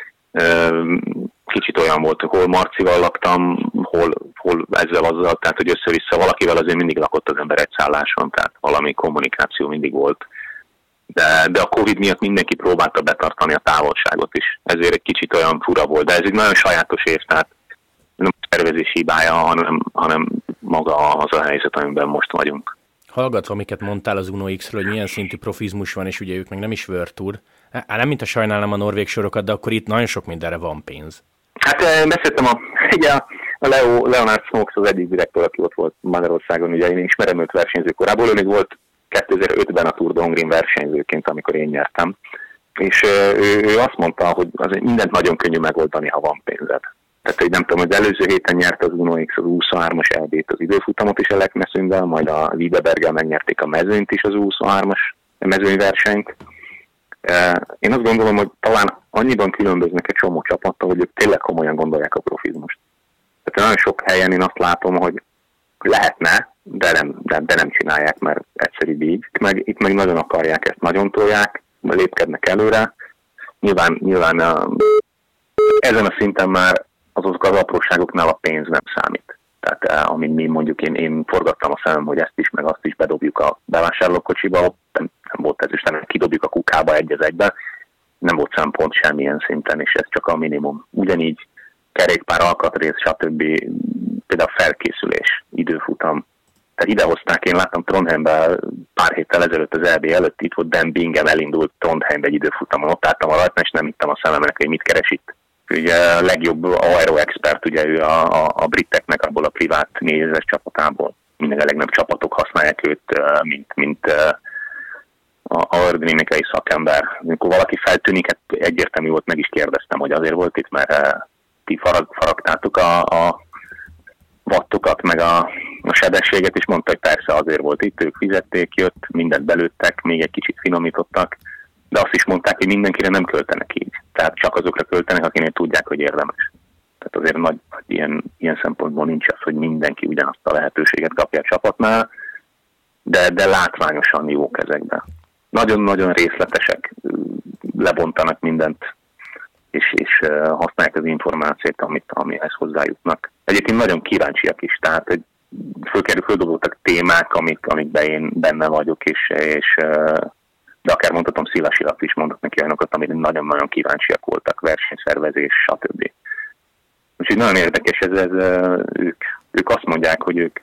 Kicsit olyan volt, hol Marcival laktam, hol, hol ezzel azzal, tehát hogy össze-vissza valakivel azért mindig lakott az ember egy szálláson, tehát valami kommunikáció mindig volt. De, de a Covid miatt mindenki próbálta betartani a távolságot is, ezért egy kicsit olyan fura volt, de ez egy nagyon sajátos év, tehát nem a szervezés hibája, hanem, hanem maga az a helyzet, amiben most vagyunk. Hallgatva, amiket mondtál az Uno X-ről, hogy milyen szintű profizmus van, és ugye ők meg nem is World Tour. Hát nem, mint a sajnálom a norvég sorokat, de akkor itt nagyon sok mindenre van pénz. Hát beszéltem a, ugye a Leo, Leonard Smokes az egyik direktor, aki ott volt Magyarországon, ugye én ismerem őt versenyző korából, ő még volt kétezer-ötben a Tour de Hongrin versenyzőként, amikor én nyertem. És ő, ő azt mondta, hogy azért mindent nagyon könnyű megoldani, ha van pénzed. Tehát, hogy nem tudom, hogy az előző héten nyert az Uno X az huszonhármas é bé-t, az időfutamot is a Leknessündel, majd a Wiedeberggel megnyerték a mezőnyt is, az huszonhármas mezőnyversenyt. Én azt gondolom, hogy talán annyiban különböznek egy csomó csapattól, hogy ők tényleg komolyan gondolják a profizmust. Tehát nagyon sok helyen én azt látom, hogy lehetne, de nem, de, de nem csinálják, mert egyszerűbb így. Itt meg, itt meg nagyon akarják ezt, nagyon tolják, lépkednek előre. Nyilván, nyilván ezen a szinten már azok az apróságoknál a pénz nem számít. Tehát amin mi mondjuk én, én forgattam a szemem, hogy ezt is, meg azt is bedobjuk a bevásárlókocsiba, nem, nem volt ez is, nem kidobjuk a kukába egy az egybe, nem volt szempont semmilyen szinten, és ez csak a minimum. Ugyanígy kerékpár, alkatrész, stb. Például felkészülés, időfutam. Tehát idehozták, én láttam Trondheimben pár héttel ezelőtt az é bé előtt, itt volt Dan Bingham, elindult Trondheimbe egy időfutamon, ott álltam a rajtnál, és nem hittem a szememnek, hogy mit keres itt. Ugye a legjobb aero expert, ugye ő a, a, a briteknek abból a privát négyezres csapatából. Minden a legnagyobb csapatok használják őt, mint, mint a aerodinamikai szakember. Amikor valaki feltűnik, hát egyértelmű volt, meg is kérdeztem, hogy azért volt itt, mert ti farag, faragtátok a, a wattokat, meg a, a sebességet, és mondta, hogy persze azért volt itt, ők fizették, jött, mindent belőttek, még egy kicsit finomítottak, de azt is mondták, hogy mindenkire nem költenek így. Tehát csak azokra költenek, akinek tudják, hogy érdemes. Tehát azért nagy, ilyen, ilyen szempontból nincs az, hogy mindenki ugyanazt a lehetőséget kapja a csapatnál, de, de látványosan jók ezekben. Nagyon-nagyon részletesek, lebontanak mindent, és, és használják az információt, amit, amihez hozzájutnak. Egyébként nagyon kíváncsiak is, tehát hogy fölkerül, földobottak témák, amik, amikben én benne vagyok, és, és de akár mondhatom, Szilasirat is mondott neki olyanokat, amire nagyon-nagyon kíváncsiak voltak, versenyszervezés, stb. Úgyhogy nagyon érdekes ez, ez ők, ők azt mondják, hogy ők,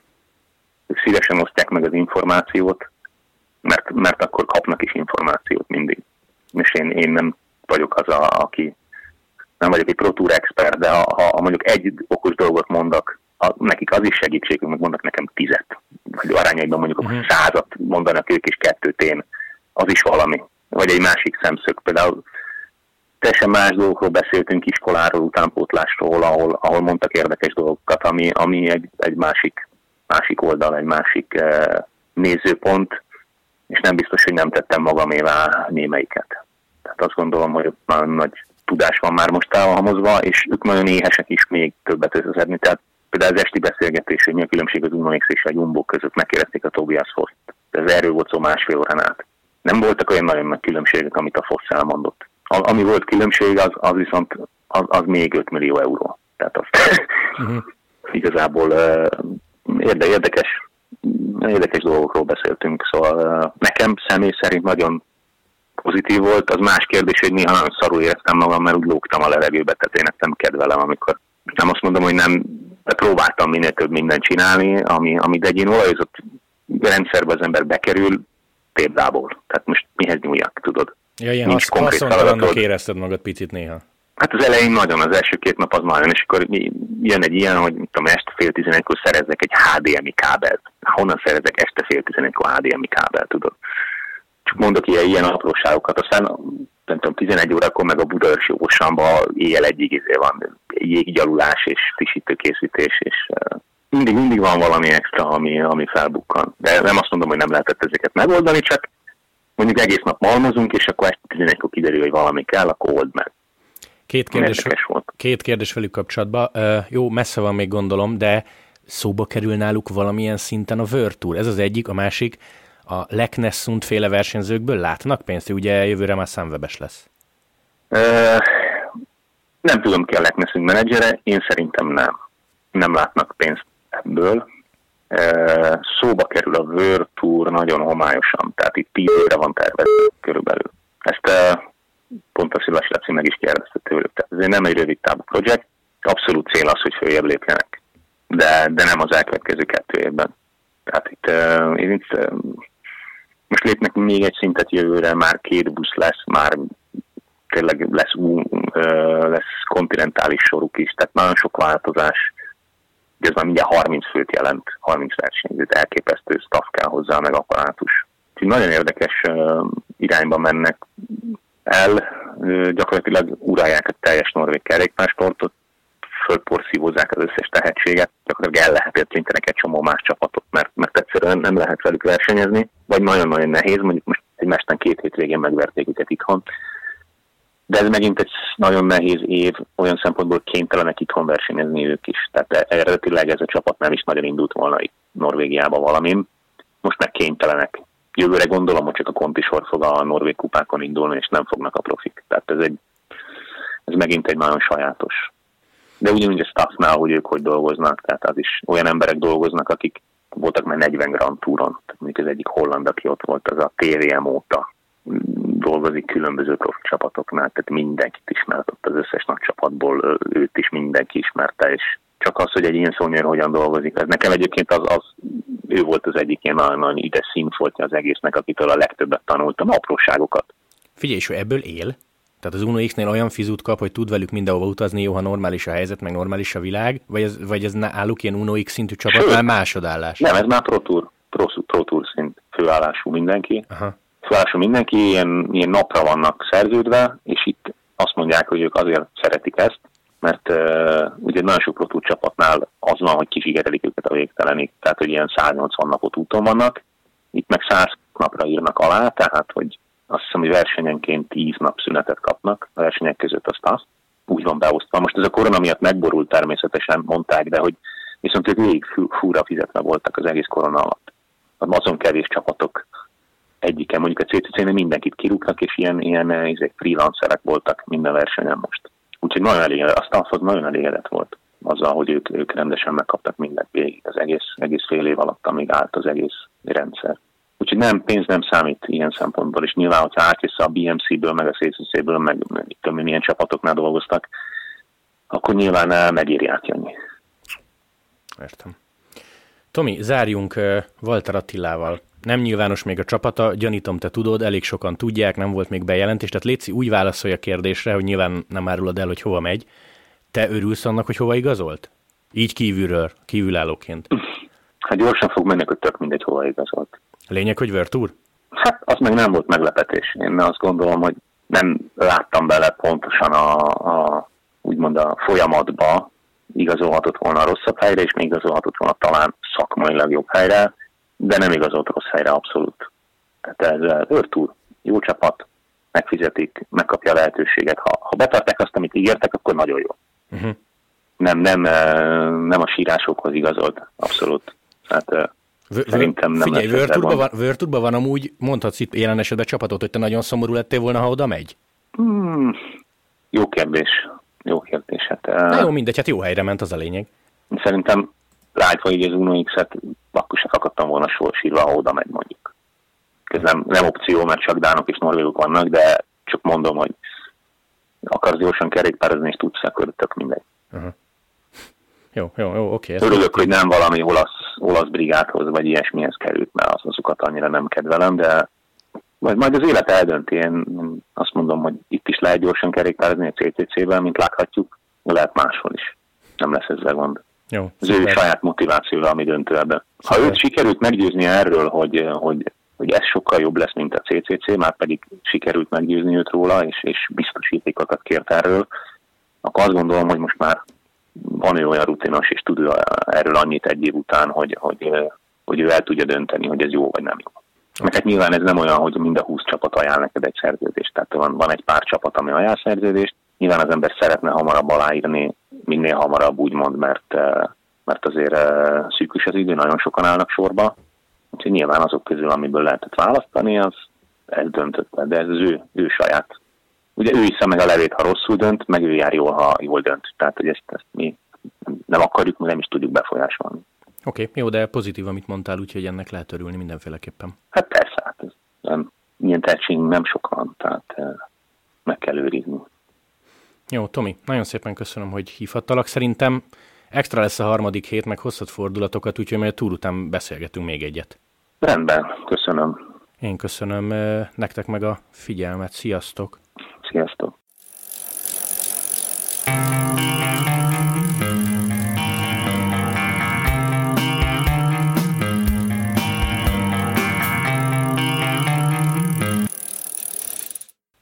ők szívesen osztják meg az információt, mert, mert akkor kapnak is információt mindig. És én, én nem vagyok az, a, aki nem vagyok egy Pro Tour expert, de ha, ha mondjuk egy okos dolgot mondok, a, nekik az is segítség, hogy mondnak nekem tizet, vagy arányaiban mondjuk uh-huh. százat mondanak ők, és kettőt én, az is valami. Vagy egy másik szemszög, például teljesen más dolgokról beszéltünk, iskoláról, utánpótlásról, ahol, ahol mondtak érdekes dolgokat, ami, ami egy, egy másik, másik oldal, egy másik uh, nézőpont, és nem biztos, hogy nem tettem magamévá némelyiket. Tehát azt gondolom, hogy nagyon nagy tudás van már most elhalmozva, és ők nagyon éhesek is még többet összeszedni. Tehát például az esti beszélgetés, hogy mi a különbség az Uno X és a Jumbo között, megkérdezték a Tobias Fosst. Ez erről volt szó másfél órán át. Nem voltak olyan nagyon nagy különbségek, amit a Foss elmondott. A, ami volt különbség, az, az viszont az, az még öt millió euró. Tehát azt uh-huh. igazából uh, érde, érdekes, érdekes dolgokról beszéltünk. Szóval uh, nekem személy szerint nagyon pozitív volt. Az más kérdés, hogy néha nagyon szarul éreztem magam, mert úgy lógtam a levegőbe, tehát én ezt nem kedvelem, amikor nem azt mondom, hogy nem, de próbáltam minél több mindent csinálni, ami, amit egy ilyen olajozott rendszerbe az ember bekerül, példából. Tehát most mihez nyúljak, tudod? Ja, ilyen hasz, haszontalannak érezted magad picit néha. Hát az elején nagyon, az első két nap az nagyon, és akkor jön egy ilyen, hogy mit tudom, este fél tizenegykor szerezzek egy há dé em i kábelt. Honnan szerezzek este fél tizenegykor há dé em i kábelt, tudod? Csak mondok ilyen, ilyen apróságokat, aztán nem tudom, tizenegy órakor meg a Budaörsi Ósamba éjjel egyig izé van, jéggyalulás és frissítőkészítés, és uh, mindig, mindig van valami extra, ami, ami felbukkan. De nem azt mondom, hogy nem lehetett ezeket megoldani, csak mondjuk egész nap malmozunk, és akkor este tizenegykor kiderül, hogy valami kell, akkor old meg. Két kérdés, két kérdés velük kapcsolatban. Uh, jó, messze van még gondolom, de szóba kerül náluk valamilyen szinten a World Tour. Ez az egyik, a másik. A Leknessund féle versenyzőkből látnak pénzt? Ugye jövőre már Sunwebes lesz. Uh, nem tudom ki a Leknessund menedzsere, én szerintem nem. Nem látnak pénzt ebből. Uh, szóba kerül a World Tour nagyon homályosan, tehát itt tíz évre van tervezve körülbelül. Ezt uh, pont a Szilas Laci meg is kérdezte tőlük. Tehát ez nem egy rövid távú projekt, abszolút cél az, hogy följebb lépjenek, de, de nem az elkövetkező kettő évben. Tehát itt, uh, itt uh, most lépnek még egy szintet jövőre, már két busz lesz, már tényleg lesz, uh, lesz kontinentális soruk is, tehát nagyon sok változás. Ez már mindjárt harminc főt jelent, harminc versenyzőt, elképesztő staff kell hozzá, meg apparátus. Úgyhogy nagyon érdekes uh, irányba mennek el, uh, gyakorlatilag uralják a teljes norvég kerékpársportot, fölporszívózzák az összes tehetséget, gyakorlatilag ellehetetlenítenek egy csomó más csapatot, mert, mert egyszerűen nem lehet velük versenyezni, vagy nagyon-nagyon nehéz, mondjuk most egy mesten két hétvégén megverték őket itthon, de ez megint egy nagyon nehéz év, olyan szempontból kénytelenek itthon versenyezni ők is. Tehát eredetileg ez a csapat nem is nagyon indult volna itt Norvégiába valamin, most meg kénytelenek. Jövőre gondolom, hogy csak a kontisor fog a norvég kupákon indulni, és nem fognak a profik. Tehát ez, egy, ez megint egy nagyon sajátos. De ugyanúgy a staffnál, hogy ők hogy dolgoznak, tehát az is olyan emberek dolgoznak, akik voltak már negyven Grand Touron, mondjuk az egyik holland, aki ott volt, az a té vé em óta dolgozik különböző profi csapatoknál, tehát mindenkit ismert ott az összes nagy csapatból, őt is mindenki ismerte, és csak az, hogy egy ilyen szónyőr hogyan dolgozik, ez nekem egyébként az, az ő volt az egyik ilyen nagyon-nagyon ide színfoltja az egésznek, akitől a legtöbbet tanultam, apróságokat. Figyelj, és ő ebből él? Tehát az Uno X-nél olyan fizut kap, hogy tud velük mindenhova utazni, jó, ha normális a helyzet, meg normális a világ, vagy ez, vagy ez náluk ilyen Uno X szintű csapatnál másodállás? Nem, ez már Pro Tour, Pro, Pro Tour szint, főállású mindenki. Aha. Főállású mindenki, ilyen, ilyen napra vannak szerződve, és itt azt mondják, hogy ők azért szeretik ezt, mert uh, ugye nagyon sok Pro Tour csapatnál az van, hogy kizsigerelik őket a végtelenig, tehát hogy ilyen száznyolcvan napot úton vannak, itt meg száz napra írnak alá, tehát hogy azt hiszem, hogy versenyenként tíz nap szünetet kapnak, a versenyek között azt azt. Úgy van beosztva. Most ez a korona miatt megborult természetesen, mondták, de hogy viszont ők végig fúra fizetve voltak az egész korona alatt. Azon kevés csapatok egyiken, mondjuk a cé cé cé-nél mindenkit kirúgtak, és ilyen, ilyen ezek freelancerek voltak minden versenyen most. Úgyhogy nagyon elégedett, a staff az nagyon elégedett volt azzal, hogy ők, ők rendesen megkaptak mindent végig az egész, egész fél év alatt, amíg állt az egész rendszer. Úgyhogy nem, pénz nem számít ilyen szempontból, és nyilván, hogyha átjössz a bé em cé-ből, meg a cé cé cé-ből, meg tudom, milyen csapatoknál dolgoztak, akkor nyilván megéri átjönni. Értem. Tomi, zárjunk uh, Walter Attilával. Nem nyilvános még a csapata, gyanítom, te tudod, elég sokan tudják, nem volt még bejelentés, tehát létszi, úgy válaszolj a kérdésre, hogy nyilván nem árulod el, hogy hova megy. Te örülsz annak, hogy hova igazolt? Így kívülről, kívülállóként. Hát gyorsan fog menni, hogy tök mindegy, hova igazolt. A lényeg, hogy World Tour? Hát az meg nem volt meglepetés. Én azt gondolom, hogy nem láttam bele pontosan a, a úgymond a folyamatba, igazolhatott volna a rosszabb helyre, és még igazolhatott volna talán szakmailag jobb helyre, de nem igazolt rossz helyre abszolút. Tehát ez World Tour, jó csapat, megfizetik, megkapja a lehetőséget. Ha, ha betarták azt, amit ígértek, akkor nagyon jó. Uh-huh. Nem, nem, nem a sírásokhoz igazolt, abszolút. Hát V- szerintem nem. Figyelj, World Tourban van amúgy, mondhatsz itt jelen esetben csapatot, hogy te nagyon szomorú lettél volna, ha oda megy? Hmm, jó kérdés. Jó kérdés. Hát, Na jó, mindegy, hát jó helyre ment, az a lényeg. Szerintem látva így az Uno X-et, akkor se fakadtam volna sírva, ha oda megy mondjuk. Ez nem, nem opció, mert csak dánok és norvégok vannak, de csak mondom, hogy akarsz gyorsan kerékpározni, és tudsz, akkor tök mindegy. Uh-huh. Jó, jó, jó, oké. Örülök, hogy nem valami olasz, olasz brigádhoz, vagy ilyesmihez került, mert az, azokat annyira nem kedvelem, de majd, majd az élet eldönti. Én azt mondom, hogy itt is lehet gyorsan kerékpározni a cé cé cé-ben, mint láthatjuk, lehet máshol is. Nem lesz ezzel gond. Jó, az ő saját motivációra, ami döntő ebben. Ha őt sikerült meggyőzni erről, hogy, hogy, hogy ez sokkal jobb lesz, mint a cé cé cé, már pedig sikerült meggyőzni őt róla, és, és biztosítékokat kért erről, akkor azt gondolom, hogy most már van ő olyan rutinos, és tud erről annyit egy év után, hogy, hogy, hogy ő el tudja dönteni, hogy ez jó vagy nem jó. Meg hát nyilván ez nem olyan, hogy mind a húsz csapat ajánl neked egy szerződést. Tehát van, van egy pár csapat, ami ajánl szerződést. Nyilván az ember szeretne hamarabb aláírni, minél hamarabb úgymond, mert, mert azért szűkös az idő, nagyon sokan állnak sorba. Úgyhogy nyilván azok közül, amiből lehetett választani, az ez döntött, de ez az ő, ő saját. Ugye ő iszza meg a levét, ha rosszul dönt, meg ő jár jól, ha jól dönt. Tehát, hogy ezt, ezt mi nem akarjuk, mi nem is tudjuk befolyásolni. Oké, okay, jó, de pozitív, amit mondtál, úgyhogy ennek lehet örülni mindenféleképpen. Hát persze, hát ez nem, ilyen tehetség nem sok van, tehát eh, meg kell őrizni. Jó, Tomi, nagyon szépen köszönöm, hogy hívhattalak. Szerintem extra lesz a harmadik hét, meg hozhat fordulatokat, úgyhogy majd a túr után beszélgetünk még egyet. Rendben, köszönöm. Én köszönöm nektek meg a figyelmet. Sziasztok! Sziasztok!